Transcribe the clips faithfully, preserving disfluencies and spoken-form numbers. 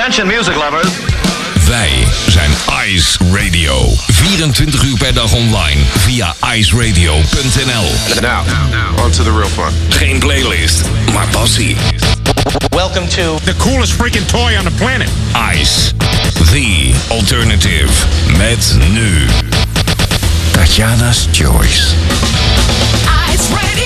Attention music lovers. Wij zijn Ice Radio. vierentwintig uur per dag online via ice radio punt n l. Now, on to the real fun. Geen playlist, maar passie. Welcome to the coolest freaking toy on the planet. Ice, the alternative. Met nu Tatjana's Choice. Ice Radio.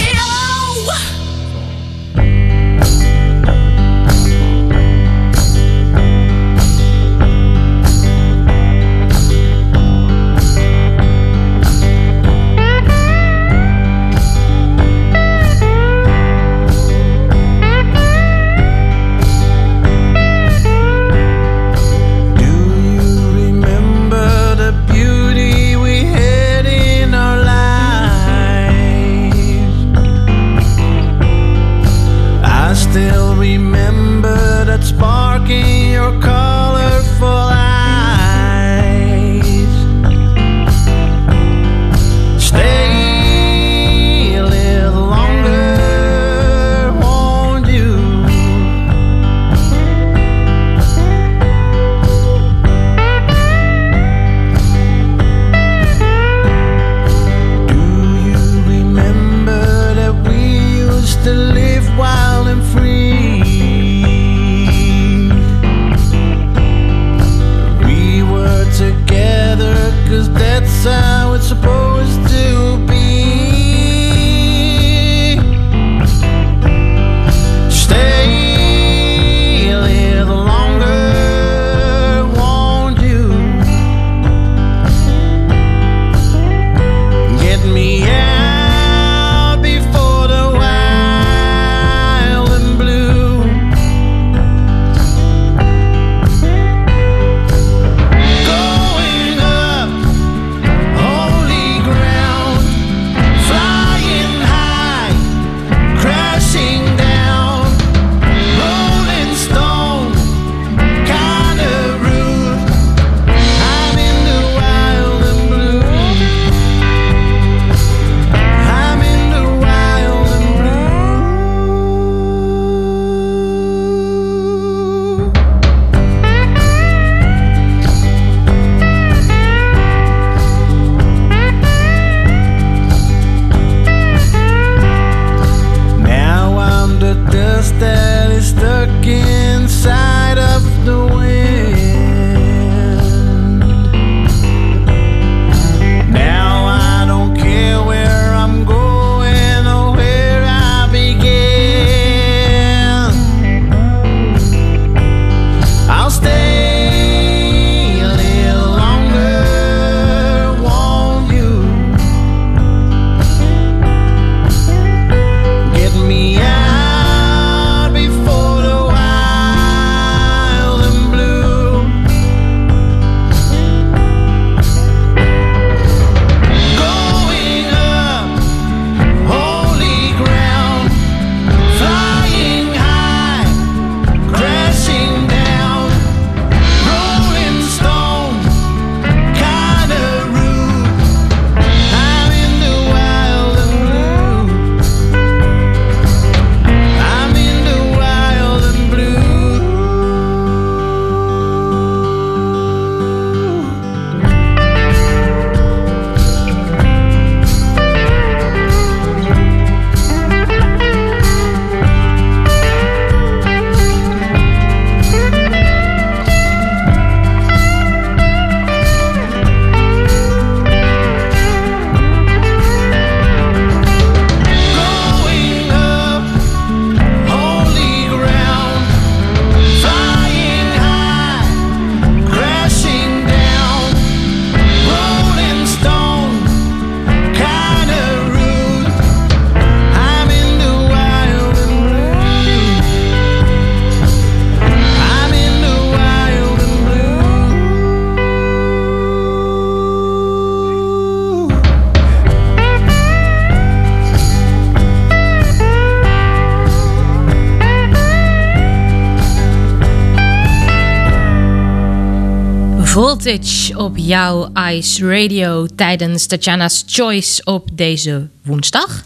Voltage op jouw Ice Radio tijdens Tatjana's Choice op deze woensdag.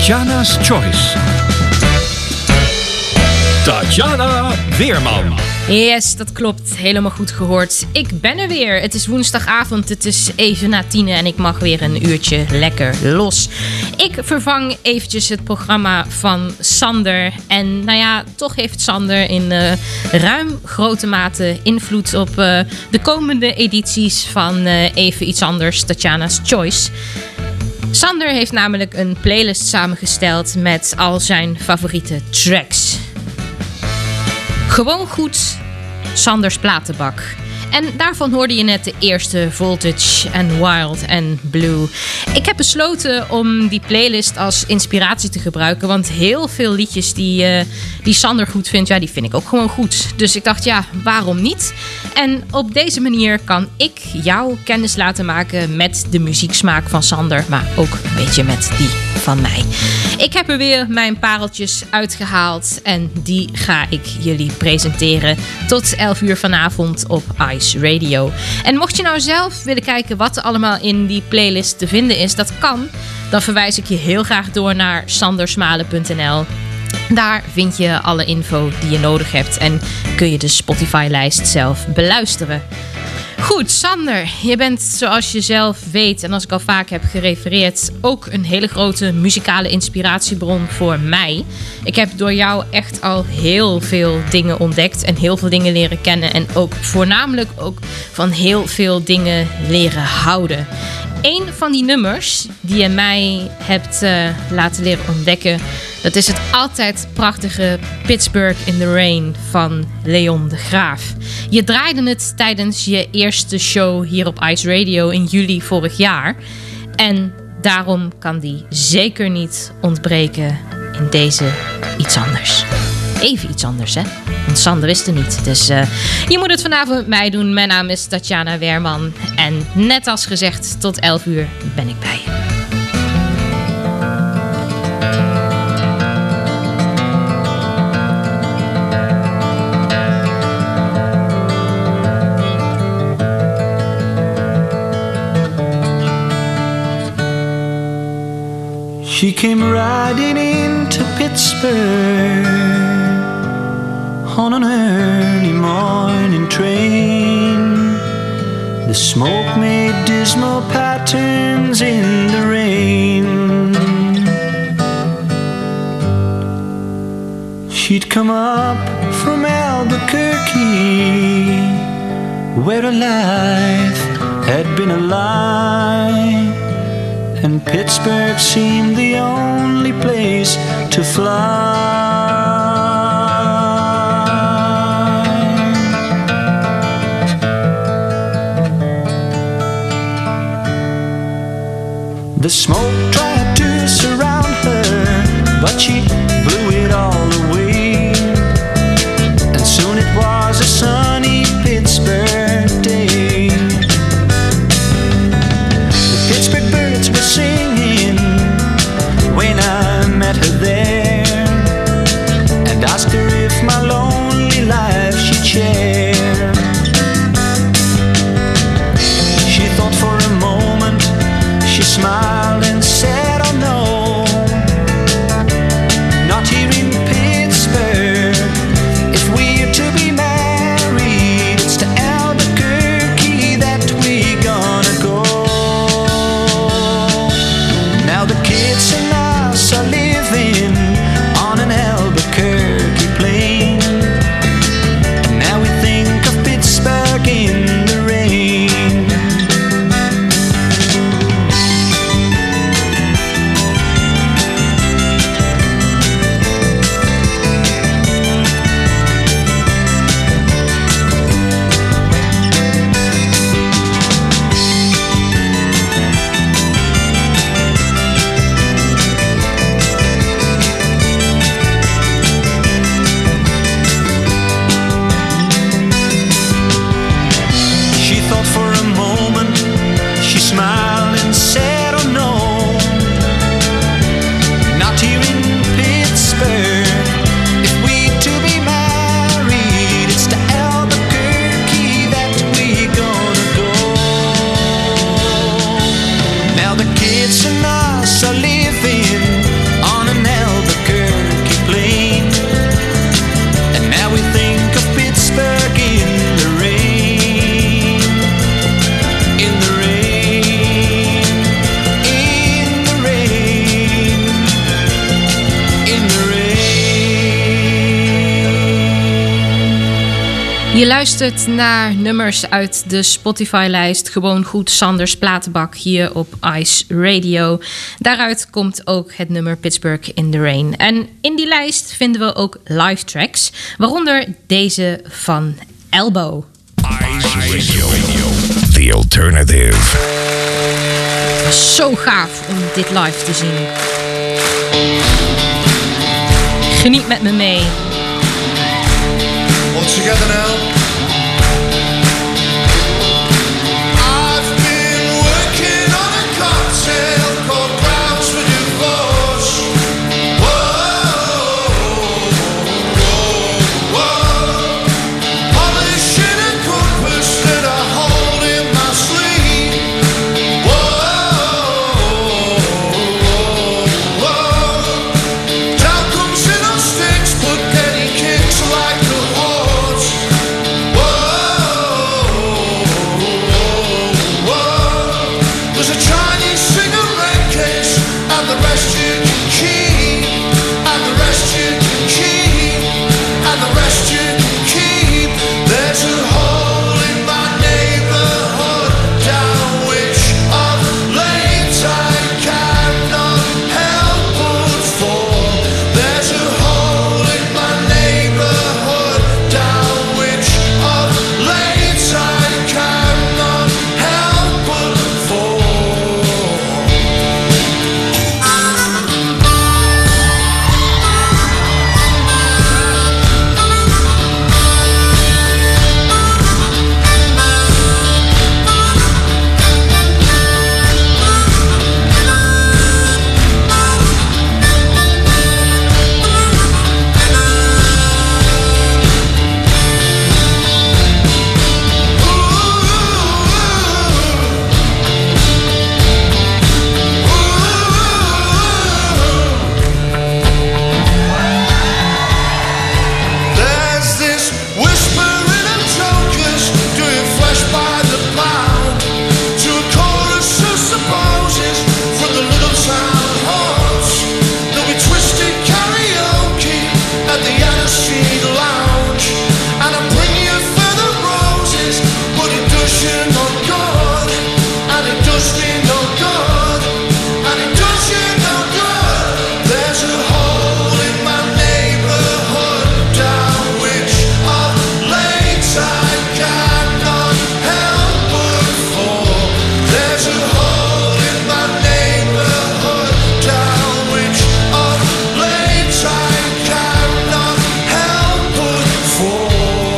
Tatjana's Choice. Tatjana Weerman. Yes, dat klopt. Helemaal goed gehoord. Ik ben er weer. Het is woensdagavond. Het is even na tienen en ik mag weer een uurtje lekker los. Ik vervang eventjes het programma van Sander. En nou ja, toch heeft Sander in uh, ruim grote mate invloed op uh, de komende edities van uh, Even Iets Anders, Tatjana's Choice. Sander heeft namelijk een playlist samengesteld met al zijn favoriete tracks. Gewoon goed, Sanders platenbak. En daarvan hoorde je net de eerste Voltage en Wild and Blue. Ik heb besloten om die playlist als inspiratie te gebruiken. Want heel veel liedjes die, uh, die Sander goed vindt, ja, die vind ik ook gewoon goed. Dus ik dacht, ja, waarom niet? En op deze manier kan ik jou kennis laten maken met de muzieksmaak van Sander. Maar ook een beetje met die van mij. Ik heb er weer mijn pareltjes uitgehaald. En die ga ik jullie presenteren tot elf uur vanavond op Ice Radio. En mocht je nou zelf willen kijken wat er allemaal in die playlist te vinden is, dat kan. Dan verwijs ik je heel graag door naar sandersmalen punt n l. Daar vind je alle info die je nodig hebt en kun je de Spotify-lijst zelf beluisteren. Goed, Sander, je bent zoals je zelf weet en als ik al vaak heb gerefereerd ook een hele grote muzikale inspiratiebron voor mij. Ik heb door jou echt al heel veel dingen ontdekt en heel veel dingen leren kennen en ook voornamelijk ook van heel veel dingen leren houden. Een van die nummers die je mij hebt uh, laten leren ontdekken, dat is het altijd prachtige Pittsburgh in the Rain van Leon de Graaf. Je draaide het tijdens je eerste show hier op Ice Radio in juli vorig jaar. En daarom kan die zeker niet ontbreken in deze Iets Anders. Even iets anders, hè? Want Sander is er niet. Dus uh, je moet het vanavond met mij doen. Mijn naam is Tatjana Weerman. En net als gezegd, tot elf uur ben ik bij je. She came riding into Pittsburgh on an early morning train. The smoke made dismal patterns in the rain. She'd come up from Albuquerque, where her life had been a lie, and Pittsburgh seemed the only place to fly. The smoke tried to surround her, but she blew it all away. And soon it was a sunny Pittsburgh day. The Pittsburgh birds were singing when I met her there. Je luistert naar nummers uit de Spotify-lijst Gewoon Goed Sanders Platenbak hier op Ice Radio. Daaruit komt ook het nummer Pittsburgh in the Rain. En in die lijst vinden we ook live tracks, waaronder deze van Elbow. Ice Radio, the alternative. Het was zo gaaf om dit live te zien. Geniet met me mee. All together now. I've been working on a cocktail called Grounds for Divorce. Whoa, whoa, whoa. Polishing a compass that I hold in my sleeve. Whoa, whoa, whoa. Down comes in on sticks, but getting kicks like the horse. There's a Chinese cigarette case, and the rest you can keep, and the rest you can keep, and the rest you can keep. There's a hole in my neighborhood down which of late I cannot help but fall. There's a hole in my neighborhood down which of late I cannot help but fall. There's this whisper in a jokers doing flesh by the pound to a chorus of supposes from the little town halls. There'll be twisted karaoke at the Anna Street Lounge, and I'm bringing you further roses, but it does you no good, and it does me no good, and it does you no good. There's a hole in my neighborhood down which of late I cannot help but fall. There's a hole in my neighborhood down which of late I cannot help but fall.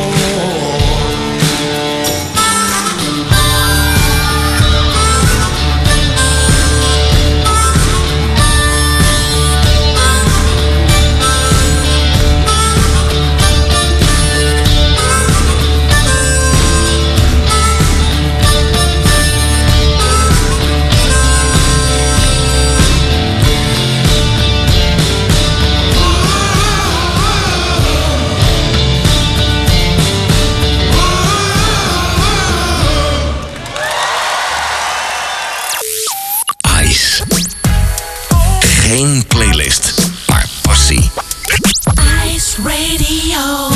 Ice. Geen playlist, maar passie. Ice Radio.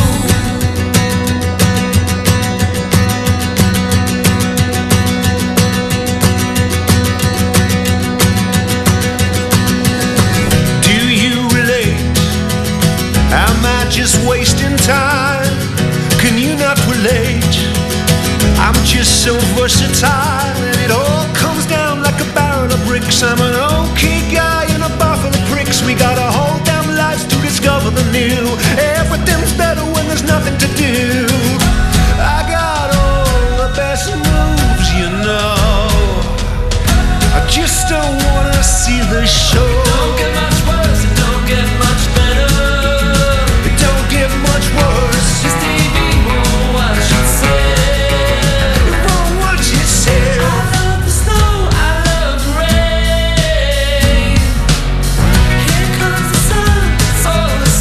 Do you relate? Am I just wasting time? Can you not relate? I'm just so versatile, and it all comes down like a barrel of bricks. I'm an okay guy in a buffalo pricks. We got a whole damn lives to discover the new. Everything's better when there's nothing to do. I got all the best moves, you know. I just don't wanna see the show. Don't get much worse, it don't get much better. It don't get much worse. Just T V won't watch it say. It won't watch it say. I love the snow, I love the rain. Here comes the sun, it's all the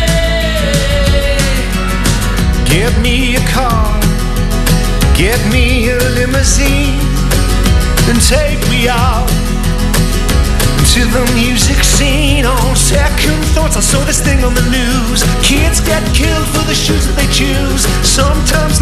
same. Get me a car, get me a limousine, and take me out to the music scene. On second thoughts, I saw this thing on the news. Kids get killed for the shoes that they choose. Sometimes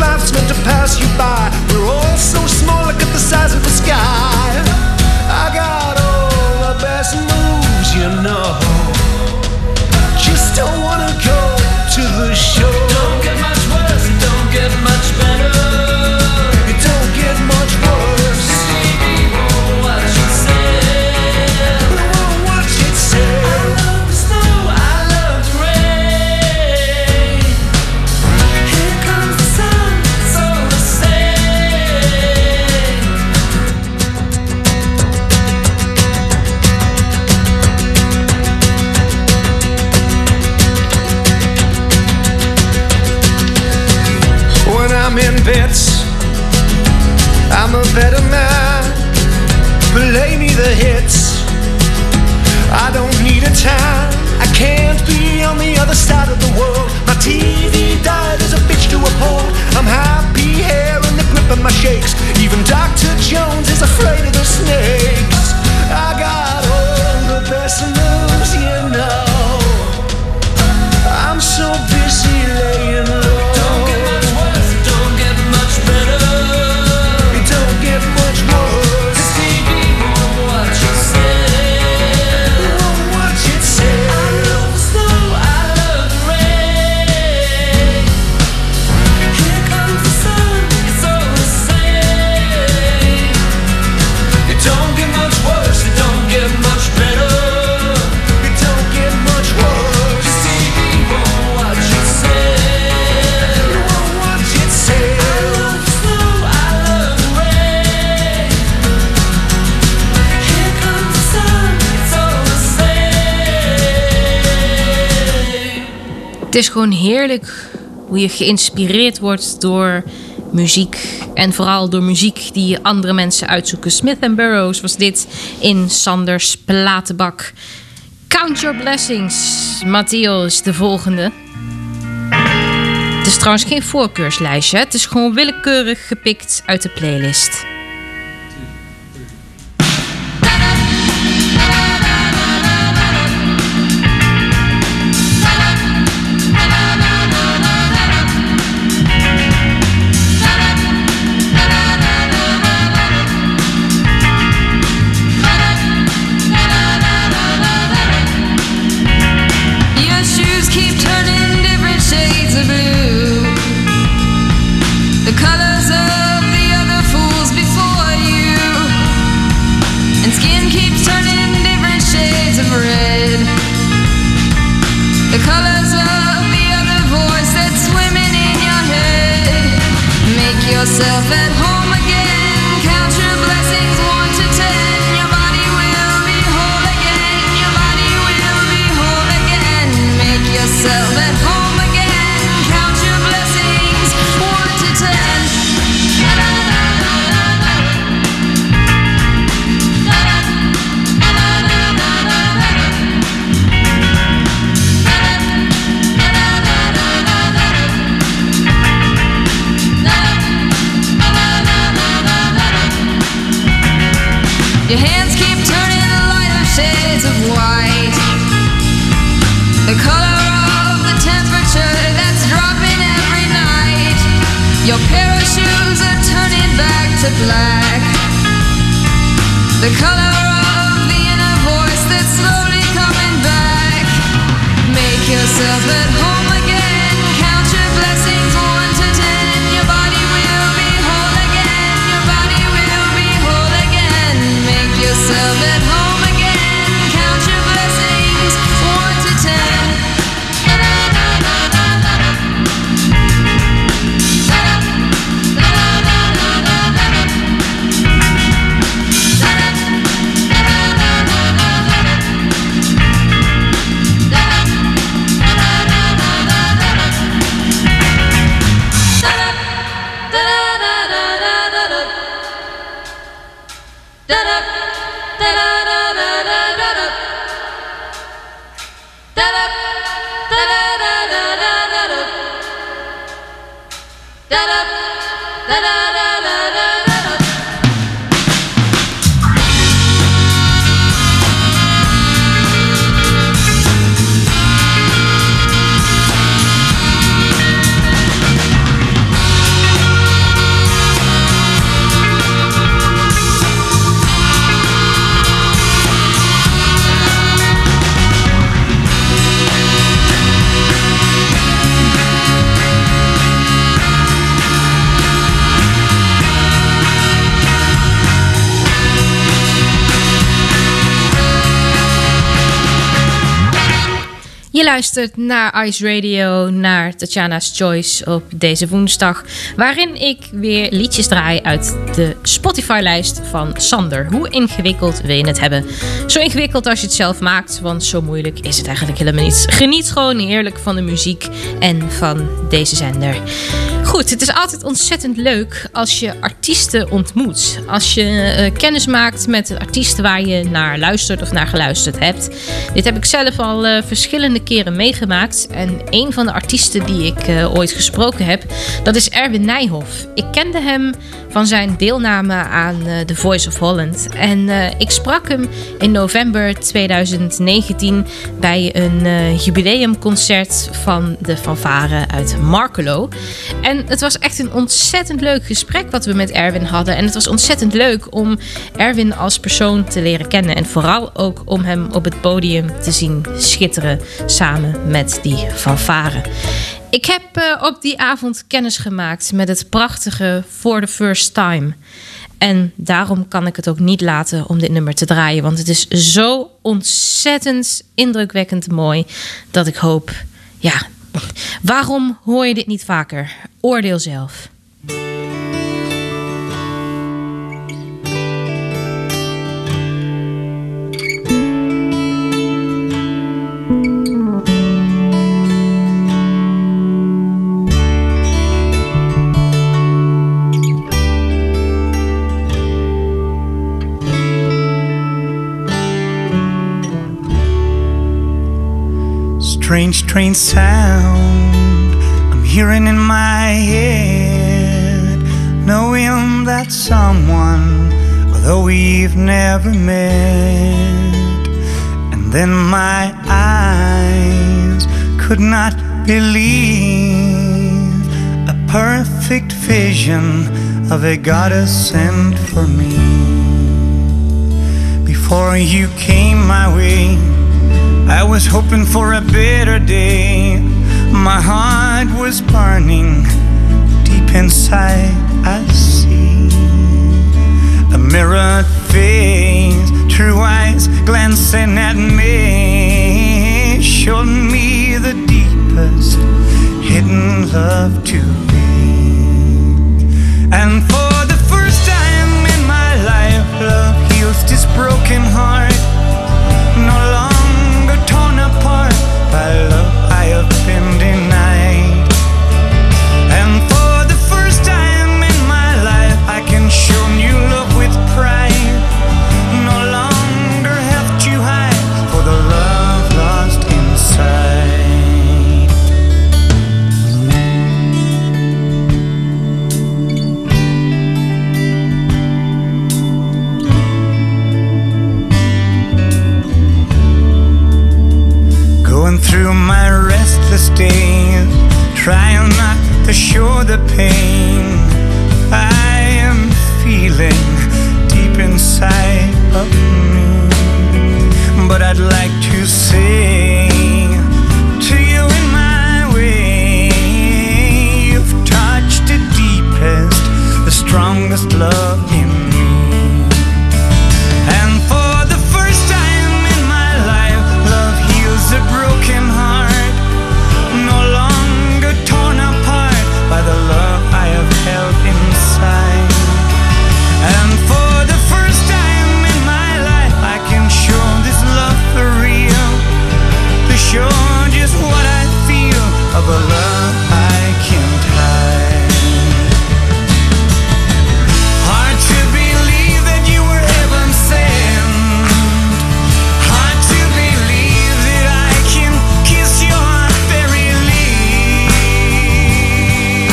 Het is gewoon heerlijk hoe je geïnspireerd wordt door muziek. En vooral door muziek die andere mensen uitzoeken. Smith and Burroughs was dit in Sanders platenbak. Count Your Blessings. Matteo is de volgende. Het is trouwens geen voorkeurslijstje. Het is gewoon willekeurig gepikt uit de playlist. Yourself at home again. Count your blessings one to ten. Your body will be whole again. Your body will be whole again. Make yourself at home again. Count your blessings one to ten. Your hands keep turning lighter shades of white. The color of the temperature that's dropping every night. Your pair of shoes are turning back to black. The color of the inner voice that's slowly coming back. Make yourself at home again. Count your blessings one to ten. Your body will be whole again. Your body will be whole again. Make yourself at home again. Count your blessings one to ten. Je luistert naar Ice Radio, naar Tatjana's Choice op deze woensdag, waarin ik weer liedjes draai uit de Spotify-lijst van Sander. Hoe ingewikkeld wil je het hebben? Zo ingewikkeld als je het zelf maakt, want zo moeilijk is het eigenlijk helemaal niet. Geniet gewoon heerlijk van de muziek en van deze zender. Goed, het is altijd ontzettend leuk als je artiesten ontmoet. Als je uh, kennis maakt met de artiesten waar je naar luistert of naar geluisterd hebt. Dit heb ik zelf al uh, verschillende keren meegemaakt. En een van de artiesten die ik uh, ooit gesproken heb, dat is Erwin Nijhoff. Ik kende hem van zijn deelname aan uh, The Voice of Holland. En uh, ik sprak hem in november tweeduizend negentien bij een uh, jubileumconcert van de fanfare uit Markelo. En het was echt een ontzettend leuk gesprek wat we met Erwin hadden. En het was ontzettend leuk om Erwin als persoon te leren kennen. En vooral ook om hem op het podium te zien schitteren samen met die fanfare. Ik heb uh, op die avond kennis gemaakt met het prachtige For the First Time. En daarom kan ik het ook niet laten om dit nummer te draaien. Want het is zo ontzettend indrukwekkend mooi dat ik hoop... ja, waarom hoor je dit niet vaker? Oordeel zelf. strange, strange sound I'm hearing in my head, knowing that someone, although we've never met. And then my eyes could not believe a perfect vision of a goddess sent for me. Before you came my way, I was hoping for a better day. My heart was burning deep inside. I see a mirrored face, true eyes glancing at me, showed me the deepest hidden love to be. And for the first time in my life, love heals this broken heart, no longer torn apart by love I have been denied. And for the first time in my life, I can show new love with pride, no longer have to hide for the love lost inside. Going through my restless days, trying not to show the pain I am feeling deep inside of me. But I'd like to say to you in my way, you've touched the deepest, the strongest love in me. And for the first time in my life, love heals a broken heart, no longer torn apart by the love I have held inside. And for the first time in my life, I can show this love for real, to show just what I feel of a love I can't hide. Hard to believe that you were heaven sent, hard to believe that I can kiss your very lips,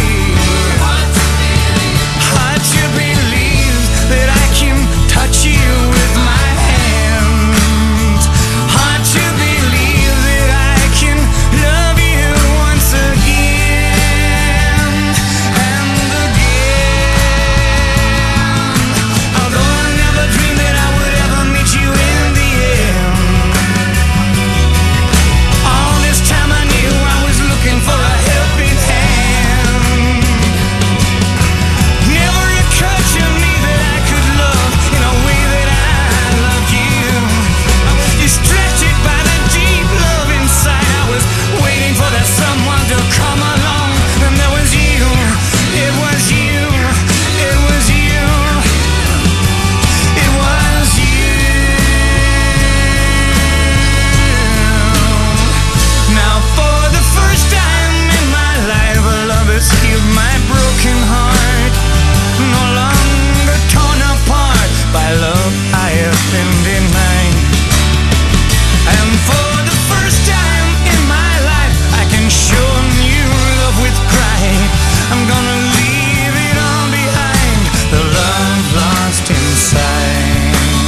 hard to believe that I can touch you with my hands, hard to believe that I can love you once again and again. Although I never dreamed that I would ever meet you in the end, all this time I knew I was looking for a helping hand. Never occurred to me that I could love in a way that I loved you. I was distracted by the deep love inside. I was waiting for that someone to come along, and there was you. It was you. It was you. It was you. Now for the first time in my life, love has healed my broken heart, no longer torn apart by love I have been denied. And for the first time in my life, I can show new love with pride. I'm gonna leave it all behind, the love lost inside.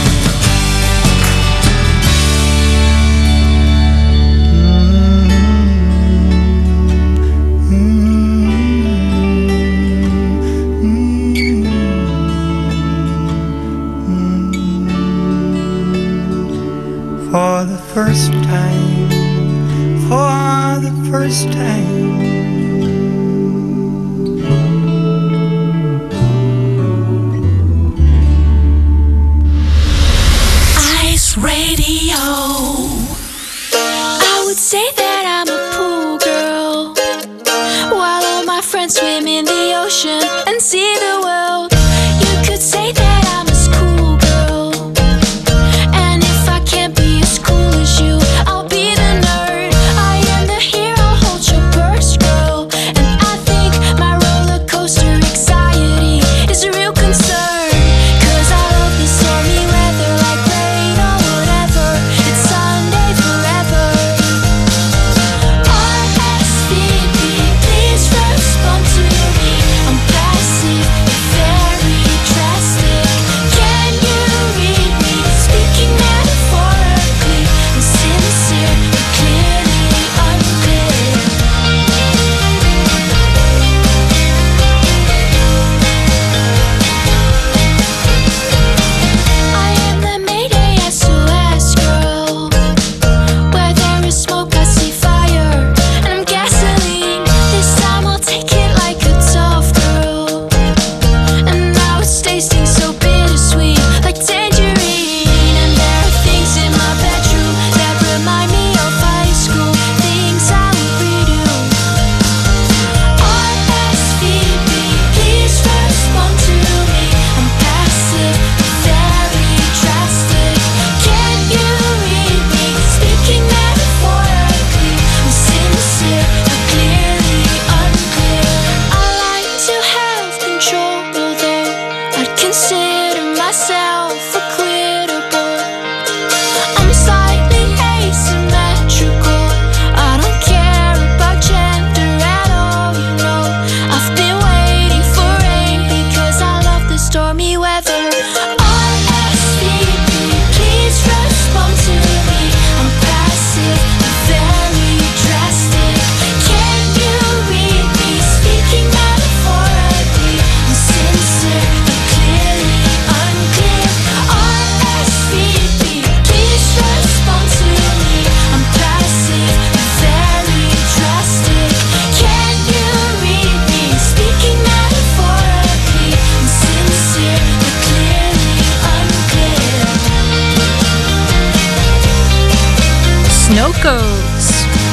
For the first time, for the first time. Ice Radio. I would say that I'm a pool girl, while all my friends swim in the ocean and see the world. You could say that I'm a schoolgirl, and if I can't be as cool as you, I'll be the nerd. I am the hero, hold your purse, girl. And I think my roller coaster anxiety is a real concern, 'cause I love the stormy weather, like rain or whatever. It's Sunday forever. Codes.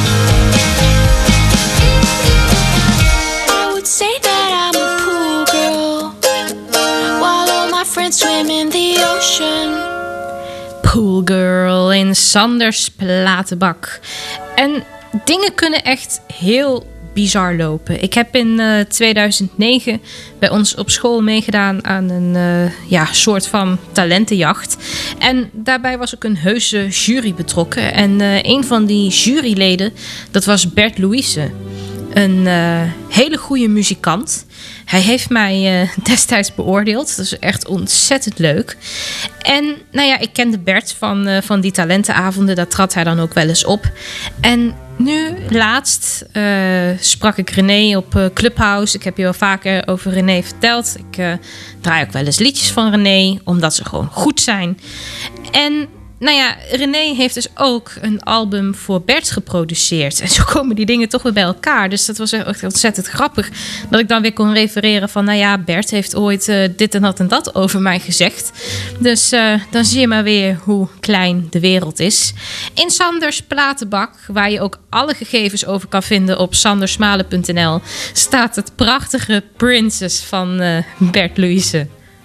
I would say that I'm a pool girl, while all my friends swim in the ocean. Pool Girl in Sanders platenbak. En dingen kunnen echt heel bizar lopen. Ik heb in uh, tweeduizend negen bij ons op school meegedaan aan een uh, ja, soort van talentenjacht. En daarbij was ook een heuse jury betrokken. En uh, een van die juryleden, dat was Bert Louise. Een uh, hele goede muzikant. Hij heeft mij uh, destijds beoordeeld. Dat is echt ontzettend leuk. En nou ja, ik kende Bert van, uh, van die talentenavonden. Daar trad hij dan ook wel eens op. En nu laatst uh, sprak ik René op uh, Clubhouse. Ik heb je wel vaker over René verteld. Ik uh, draai ook wel eens liedjes van René, omdat ze gewoon goed zijn. En nou ja, René heeft dus ook een album voor Bert geproduceerd. En zo komen die dingen toch weer bij elkaar. Dus dat was echt ontzettend grappig. Dat ik dan weer kon refereren van... nou ja, Bert heeft ooit uh, dit en dat en dat over mij gezegd. Dus uh, dan zie je maar weer hoe klein de wereld is. In Sanders platenbak, waar je ook alle gegevens over kan vinden op sandersmalen punt n l... staat het prachtige Princess van uh, Bert Louise.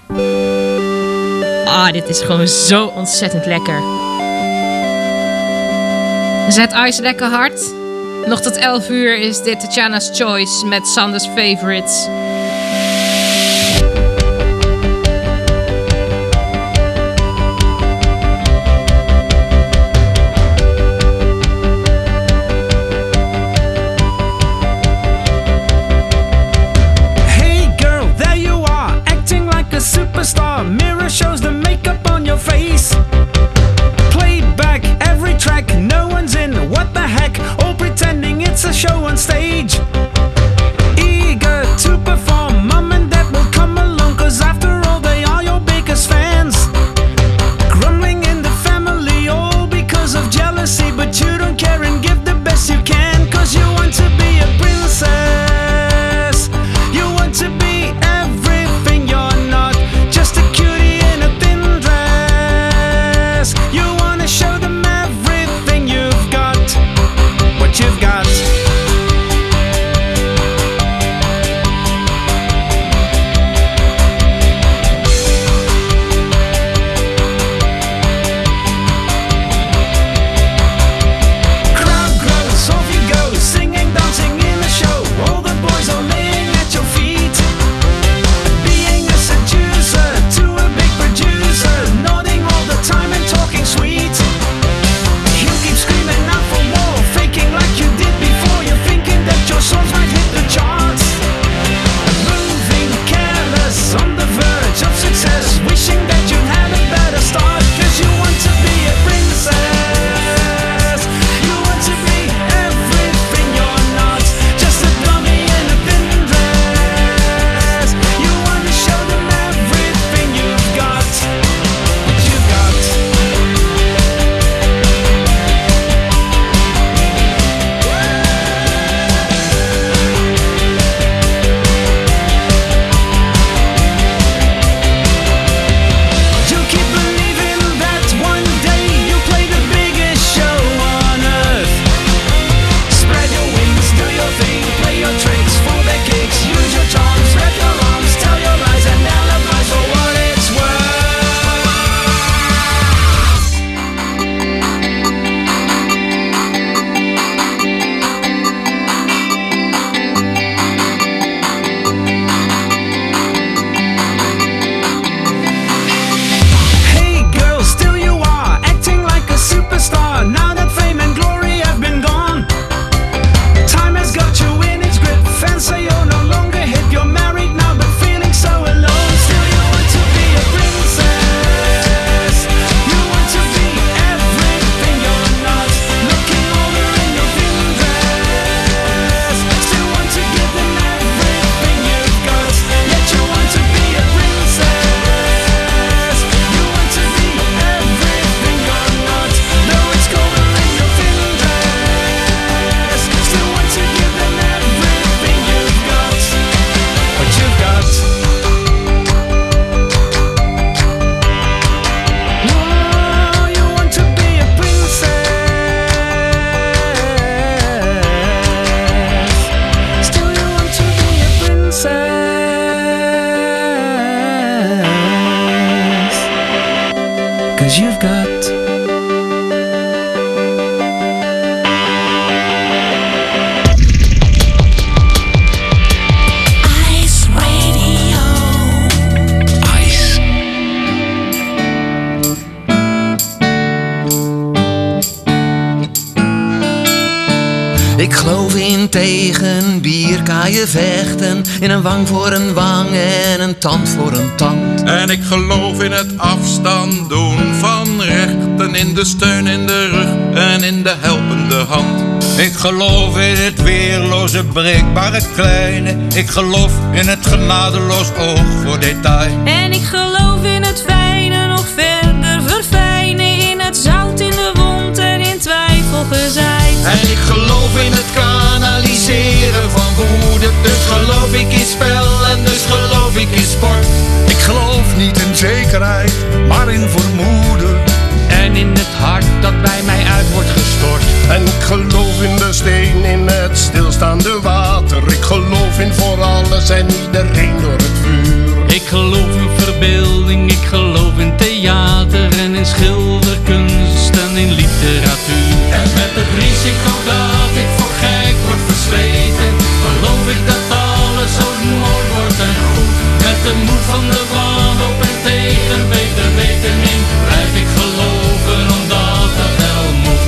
Ah, dit is gewoon zo ontzettend lekker. Zet Ice lekker hard. Nog tot elf uur is dit Tatjana's Choice met Sanders Favorites. Hey girl, there you are, acting like a superstar. Mirror shows the makeup on your face. Played back every track, no one's in, what the heck? All pretending it's a show on stage. Eager to perform. 'cause you've got Ice Radio. Ice. Ik geloof in tegen bier, kaaien vechten, in een wang voor een wang en een tand voor een tand. En ik geloof in het afstand doen van rechten, in de steun in de rug en in de helpende hand. Ik geloof in het weerloze, breekbare kleine. Ik geloof in het genadeloos oog voor detail. En ik geloof in het fijne nog verder verfijnen, in het zout in de wond en in twijfelgezeik. En ik geloof in het kanaliseren van woede. Dus geloof ik in spel en dus geloof ik in sport. Ik geloof niet in zekerheid, maar in vermoeden. En in het hart dat bij mij uit wordt gestort. En ik geloof in de steen in het stilstaande water. Ik geloof in voor alles en iedereen door het vuur. Ik geloof in verbeelding, ik geloof in theater en in schilderkunst en in literatuur. En met het risico dat ik voor gek word versleten, geloof ik dat alles zo mooi wordt en goed. Met de moed van de wanhoop en tegen beter weten in, blijf ik geloven omdat dat wel moet.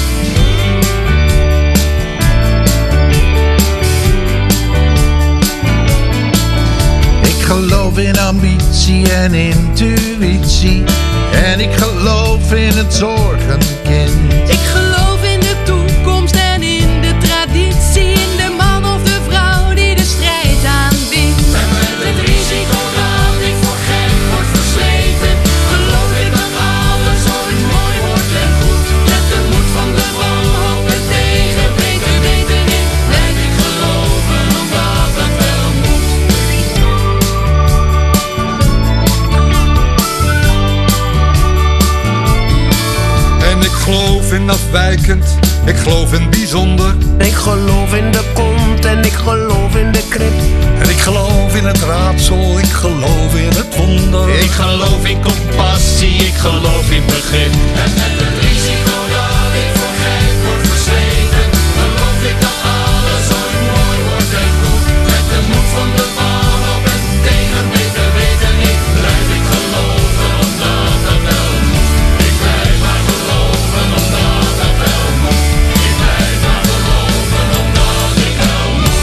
Ik geloof in ambitie en intuïtie. En ik geloof in het zorgenkind. Ik geloof in de toekomst en in de traditie, in de man of de vrouw die de strijd aanbiedt. En met het risico dat ik voor gek word versleten, geloof ik dat alles ooit mooi wordt en goed. Met de moed van de wanhoop en tegen beter weten in, blijf ik geloven omdat dat wel moet. En ik geloof in afwijkend, ik geloof in bijzonder. Ik geloof in de kont en ik geloof in de krip. En ik geloof in het raadsel, ik geloof in het wonder. Ik geloof in compassie, ik geloof in begrip. En met het risico dat ik voor gek word versleten, geloof ik dat alles ooit mooi wordt en goed. Met de moed van de wanhoop en tegen beter weten in, blijf ik geloven omdat dat wel moet. Ik blijf maar geloven omdat dat wel moet. Ik blijf maar geloven omdat ik wel moet.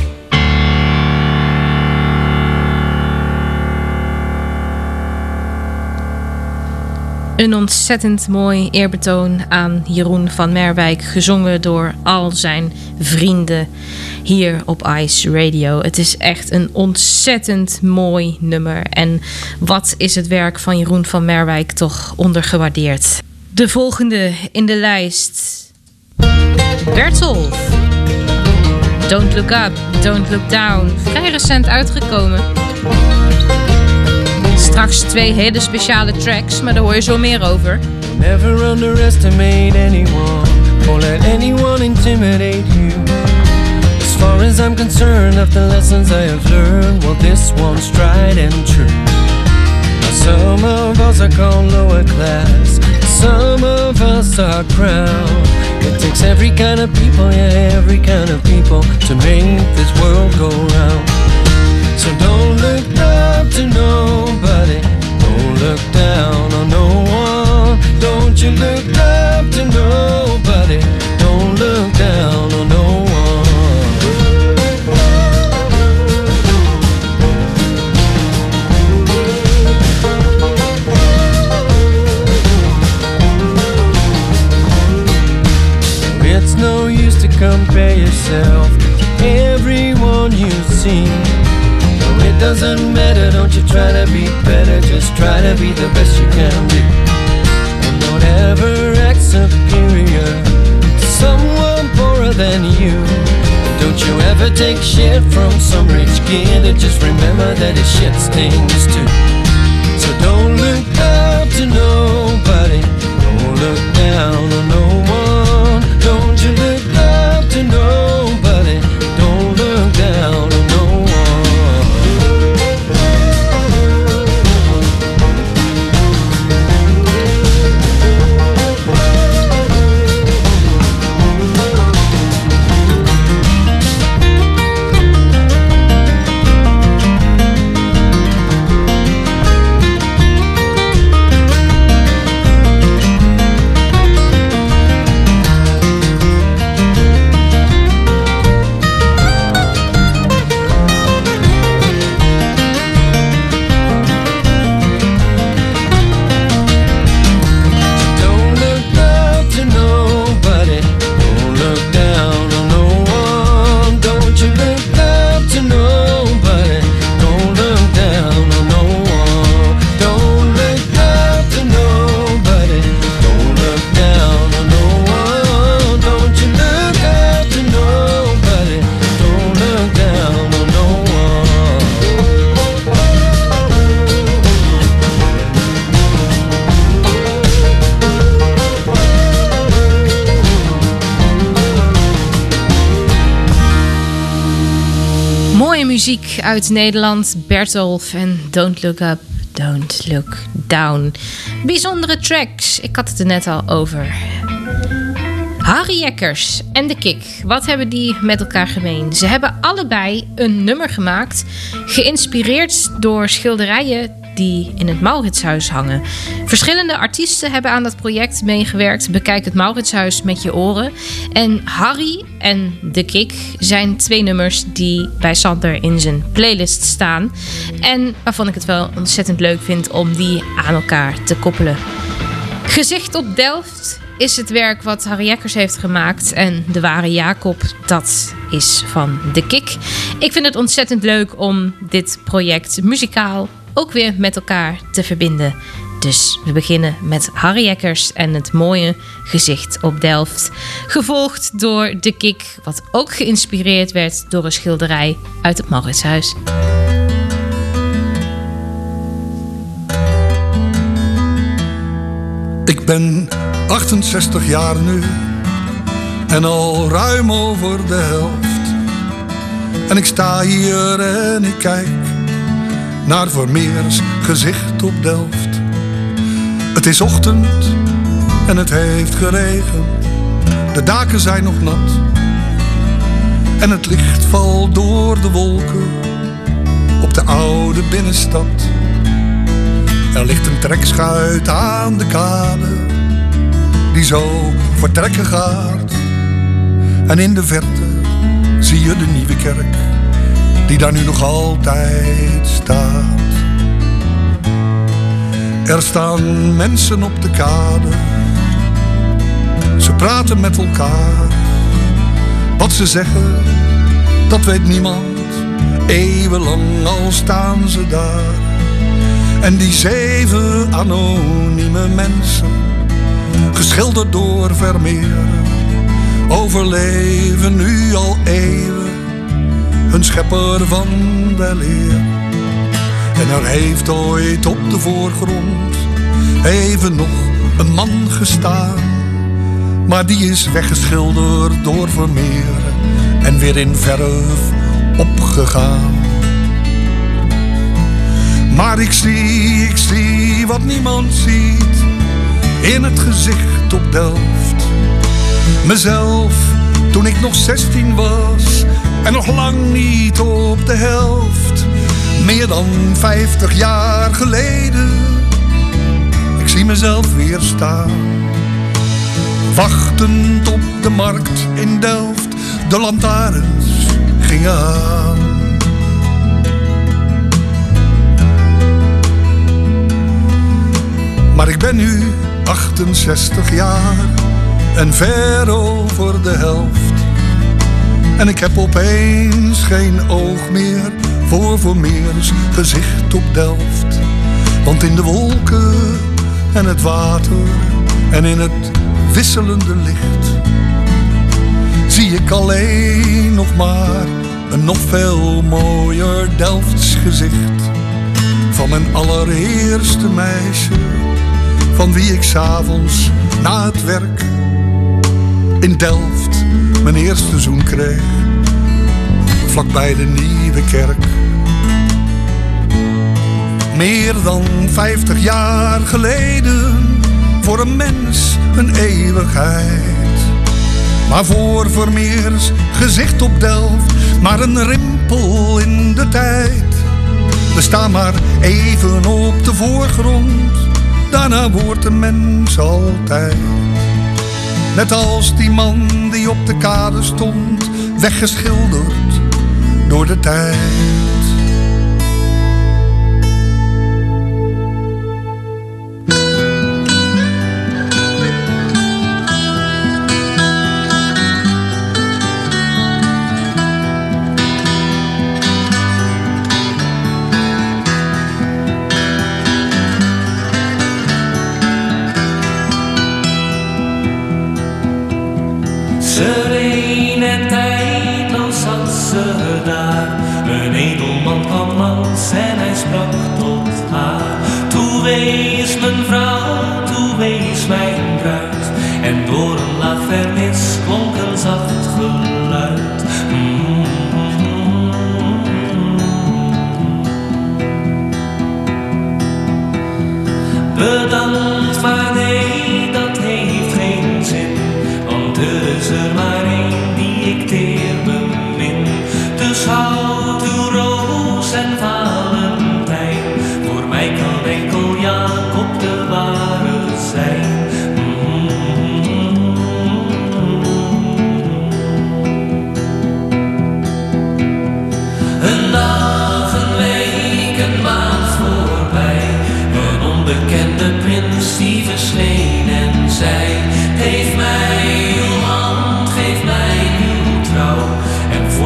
Een ontzettend mooi eerbetoon aan Jeroen van Merwijk, gezongen door al zijn vrienden hier op Ice Radio. Het is echt een ontzettend mooi nummer. En wat is het werk van Jeroen van Merwijk toch ondergewaardeerd. De volgende in de lijst. Bertolf. Don't Look Up, Don't Look Down. Vrij recent uitgekomen. Straks twee hele speciale tracks, maar daar hoor je zo meer over. Never underestimate anyone or let anyone intimidate you. As far as I'm concerned, of the lessons I have learned, well, this one's tried and true. Now some of us are called lower class, some of us are crowned. It takes every kind of people, yeah, every kind of people to make this world go round. So don't look up to nobody, don't look down on no one. Don't you look up to nobody, don't look down on no one. It's no use to compare yourself to everyone you see. It doesn't matter, don't you try to be better, just try to be the best you can be. And don't ever act superior to someone poorer than you. And don't you ever take shit from some rich kid, and just remember that his shit stings too. So don't look up to nobody, don't look down on no one. Don't you look up to nobody, don't look down on no one. muziek uit Nederland. Bertolf en Don't Look Up, Don't Look Down. Bijzondere tracks. Ik had het er net al over. Harry Jekkers en The Kick. Wat hebben die met elkaar gemeen? Ze hebben allebei een nummer gemaakt, geïnspireerd door schilderijen die in het Mauritshuis hangen. Verschillende artiesten hebben aan dat project meegewerkt. Bekijk het Mauritshuis met je oren. En Harry en The Kick zijn twee nummers die bij Sander in zijn playlist staan. En waarvan ik het wel ontzettend leuk vind om die aan elkaar te koppelen. Gezicht op Delft is het werk wat Harry Jekkers heeft gemaakt. En De Ware Jacob, dat is van The Kick. Ik vind het ontzettend leuk om dit project muzikaal ook weer met elkaar te verbinden. Dus we beginnen met Harry Jekkers en het mooie Gezicht op Delft. Gevolgd door The Kick, wat ook geïnspireerd werd door een schilderij uit het Mauritshuis. Ik ben achtenzestig jaar nu en al ruim over de helft. En ik sta hier en ik kijk naar Vermeers Gezicht op Delft. Het is ochtend en het heeft geregend. De daken zijn nog nat en het licht valt door de wolken op de oude binnenstad. Er ligt een trekschuit aan de kade die zo vertrekken gaat. En in de verte zie je de Nieuwe Kerk die daar nu nog altijd staat. Er staan mensen op de kade, ze praten met elkaar. Wat ze zeggen, dat weet niemand, eeuwenlang al staan ze daar. En die zeven anonieme mensen, geschilderd door Vermeer, overleven nu al eeuwen hun schepper van weleer. En er heeft ooit op de voorgrond even nog een man gestaan, maar die is weggeschilderd door Vermeer en weer in verf opgegaan. Maar ik zie, ik zie wat niemand ziet in het Gezicht op Delft. Mezelf toen ik nog zestien was en nog lang niet op de helft. Meer dan vijftig jaar geleden, ik zie mezelf weer staan. Wachtend op de markt in Delft, de lantaarns gingen aan. Maar ik ben nu achtenzestig jaar en ver over de helft. En ik heb opeens geen oog meer voor Vermeers Gezicht op Delft. Want in de wolken en het water en in het wisselende licht zie ik alleen nog maar een nog veel mooier Delfts gezicht. Van mijn allereerste meisje, van wie ik 's avonds na het werk in Delft mijn eerste zoen kreeg, vlakbij de Nieuwe Kerk. Meer dan vijftig jaar geleden, voor een mens een eeuwigheid. Maar voor Vermeers Gezicht op Delft, maar een rimpel in de tijd. We staan maar even op de voorgrond, daarna wordt de mens altijd. Net als die man die op de kade stond, weggeschilderd door de tijd. Sereen en tijdloos zat ze daar, een edel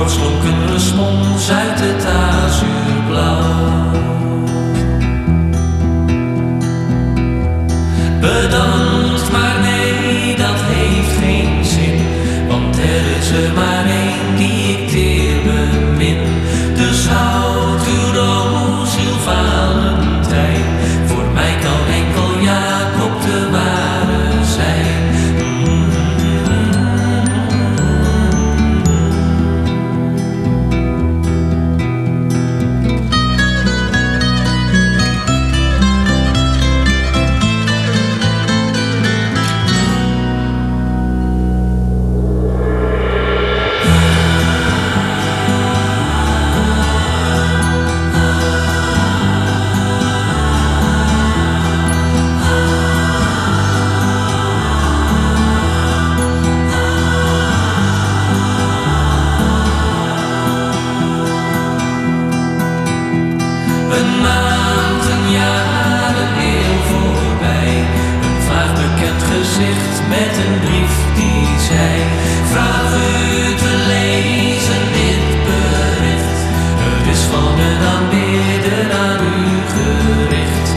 plots klonk een respons uit het azuurblauw. Bedankt, maar nee, dat heeft geen zin. Want er is er maar één die ik teer bemin. Dus houd uw roziel Valentijn. Voor mij kan enkel Jacob de ware zijn. Met een brief die zei: vraag u te lezen dit bericht. Het is van een aanbidder aan u gericht.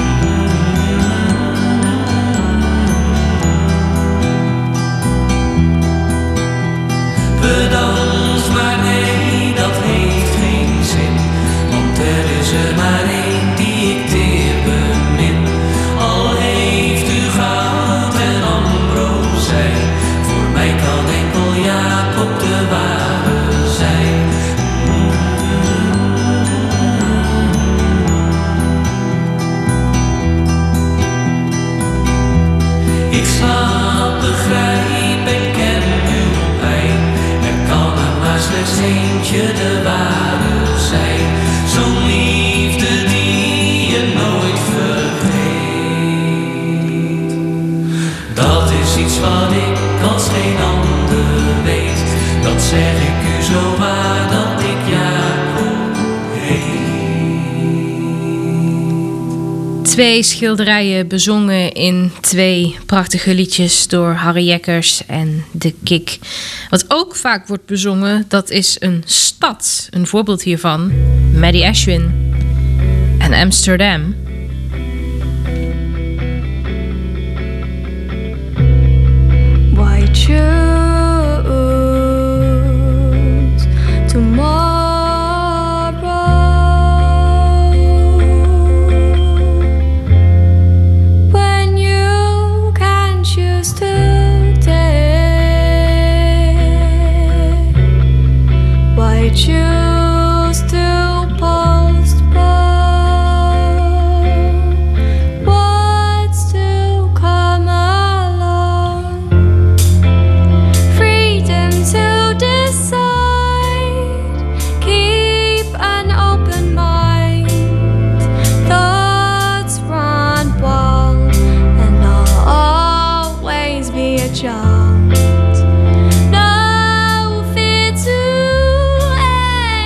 Bedankt, maar nee, dat heeft geen zin. Want er is er maar één die ik teer bemin. Al heeft u goud en ambrosijn, voor mij kan enkel Jacob de ware zijn. Ik slaap, begrijp en ken uw pijn. Er kan er maar slechts eentje de ware zijn. Zo'n liefde die je nooit vergeet. Dat is iets wat ik als geen ander weet. Dat zeg ik u zo waar dat ik Jacob heet. Twee schilderijen bezongen in twee prachtige liedjes door Harry Jekkers en De Kik. Wat ook vaak wordt bezongen, dat is een stad. Een voorbeeld hiervan, Maddie Ashwin en Amsterdam. Why choose tomorrow when you can choose today? Why choose to postpone what's to come along? Freedom to decide, keep an open mind. Thoughts run wild, and I'll always be a child. No fear to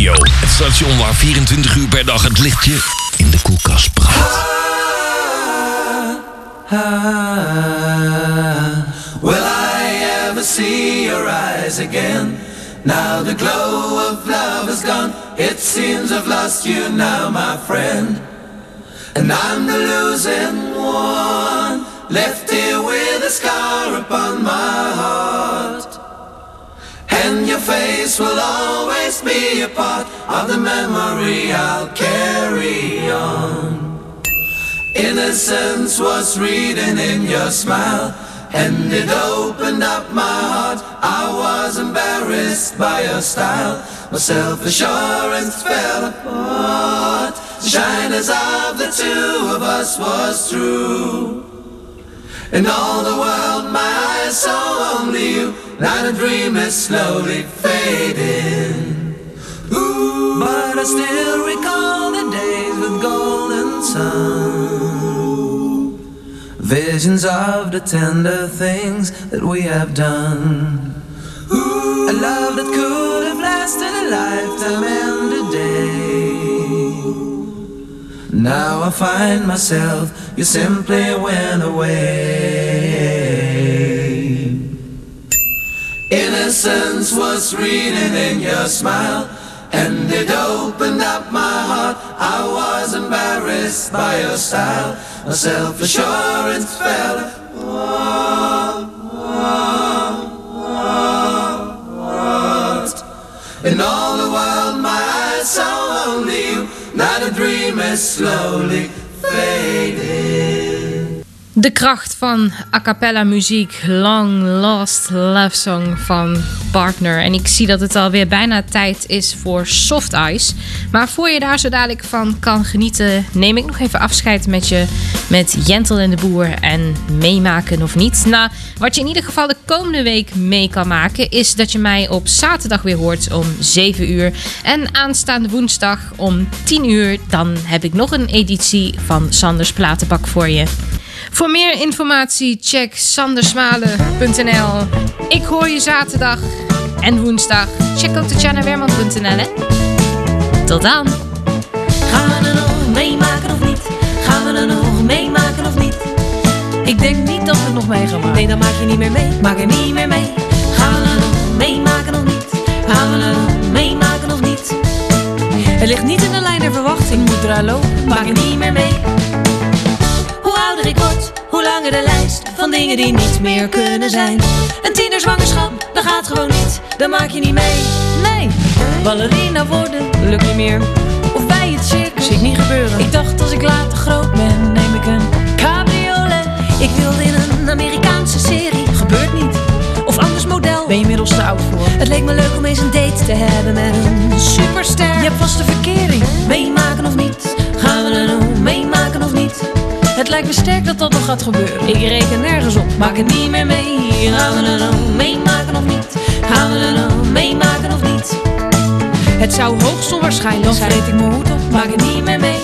Radio. Het station waar vierentwintig uur per dag het lichtje in de koelkast brandt. Will I ever see your eyes again? Now the glow of love is gone. It seems I've lost you now, my friend. And I'm the losing one, left here with a scar upon my heart. And your face will always be a part of the memory I'll carry on. Innocence was reading in your smile, and it opened up my heart. I was embarrassed by your style. My self-assurance fell apart. The shyness of the two of us was true. In all the world my eyes saw only you. Now the dream is slowly fading. Ooh, but I still recall the days with golden sun. Visions of the tender things that we have done. Ooh, a love that could have lasted a lifetime and a day. Now I find myself, you simply went away. Innocence was reading in your smile, and it opened up my heart. I was embarrassed by your style. My self-assurance fell apart. In all the world my eyes saw only you. Now the dream is slowly fading. De kracht van a cappella muziek, Long Lost Love Song van Partner. En ik zie dat het alweer bijna tijd is voor Soft Ice. Maar voor je daar zo dadelijk van kan genieten, neem ik nog even afscheid met je met Jentel en de Boer en Meemaken of Niet. Nou, wat je in ieder geval de komende week mee kan maken, is dat je mij op zaterdag weer hoort om zeven uur. En aanstaande woensdag om tien uur, dan heb ik nog een editie van Sanders Platenbak voor je. Voor meer informatie check sandersmalen punt n l. Ik hoor je zaterdag en woensdag. Check ook tatjana weerman punt n l. Hè? Tot dan. Gaan we er nog meemaken of niet? Gaan we er nog meemaken of niet? Ik denk niet dat we het nog mee gaan maken. Nee, dan maak je niet meer mee. Maak er niet meer mee. Gaan we er nog meemaken of niet? Gaan we er nog meemaken of niet? Het ligt niet in de lijn der verwachting. Moet eruit lopen. Maak er niet meer mee. Hoe ouder ik word, hoe langer de lijst van dingen die niet meer kunnen zijn. Een tienerzwangerschap, dat gaat gewoon niet. Dan maak je niet mee. Nee, ballerina worden lukt niet meer. Of bij het circus, zie ik niet gebeuren. Ik dacht als ik later groot ben, neem ik een cabriolet. Ik wilde in een Amerikaanse serie, gebeurt niet. Of anders model, ben je inmiddels te oud voor. Het leek me leuk om eens een date te hebben met een superster. Je hebt vast de verkering. Meemaken of niet? Gaan we er nog meemaken of niet? Het lijkt me sterk dat dat nog gaat gebeuren. Ik reken nergens op, maak het niet meer mee. Gaan we er nog meemaken of niet? Gaan we er nog meemaken of niet? Het zou hoogst onwaarschijnlijk dan zijn. Dan vreet ik mijn hoed op, maak het niet meer mee.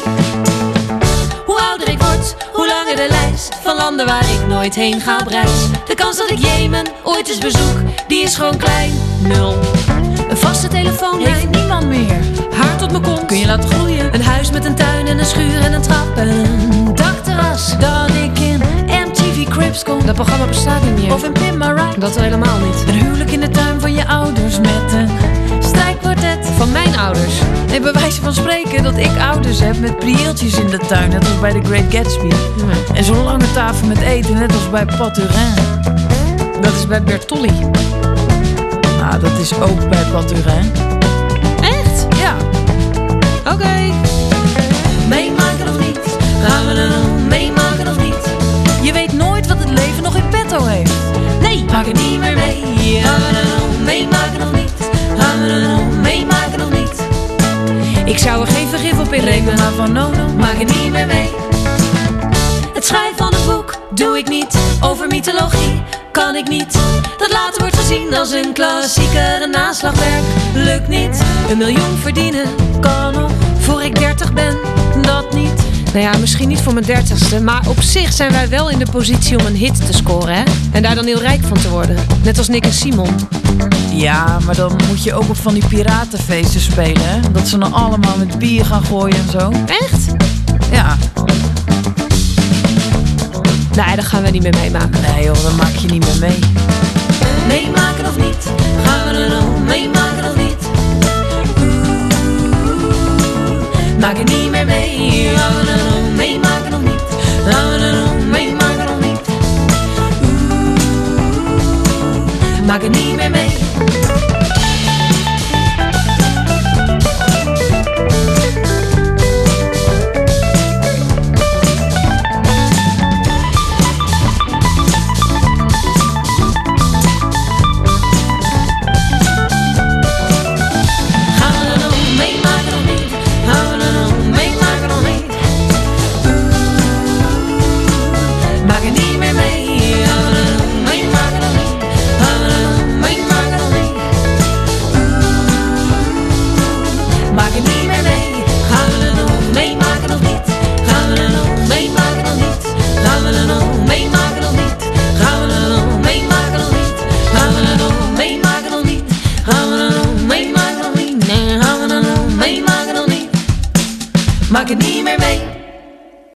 Hoe ouder ik word, hoe langer de lijst van landen waar ik nooit heen ga op reis. De kans dat ik Jemen ooit eens bezoek, die is gewoon klein. Nul. Een vaste telefoon heeft niemand meer. Haar tot mijn kont kun je laten groeien. Een huis met een tuin en een schuur en een trap en een dakterras. Dat ik in M T V Cribs kom. Dat programma bestaat niet meer. Of in Pin My Ride. Dat helemaal niet. Een huwelijk in de tuin van je ouders met een strijkkwartet. Van mijn ouders. Nee, bij wijze van spreken dat ik ouders heb met prieeltjes in de tuin. Net als bij The Great Gatsby. Ja. En zo'n lange tafel met eten, net als bij Paturin. Dat is bij Bertolli. Nou, dat is ook bij Paturin. Echt? Ja. Oké. Okay. Meemaken of niet? Gaan we er nog meemaken of niet? Je weet nooit wat het leven nog in petto heeft. Nee. Maak het niet meer mee. Gaan we er nog meemaken of niet? Gaan we er nog meemaken of niet? Ik zou er geen vergif op inrekenen, maar van no, no, maak het niet meer mee. Het schrijven van een boek doe ik niet. Over mythologie kan ik niet. Dat later wordt gezien als een klassieker. Een naslagwerk lukt niet. Een miljoen verdienen kan nog. Voor ik dertig ben, dat niet. Nou ja, misschien niet voor mijn dertigste, maar op zich zijn wij wel in de positie om een hit te scoren, hè? En daar dan heel rijk van te worden. Net als Nick en Simon. Ja, maar dan moet je ook op van die piratenfeesten spelen, hè? Dat ze dan allemaal met bier gaan gooien en zo. Echt? Ja. Nee, dat gaan we niet meer meemaken. Nee joh, dan maak je niet meer mee. Meemaken of niet? Gaan we er nog meemaken of niet? Maak het niet meer mee. Gaan we er nog meemaken of niet? Gaan we er nog meemaken of niet? Maak het niet meer mee. Maak het niet meer mee.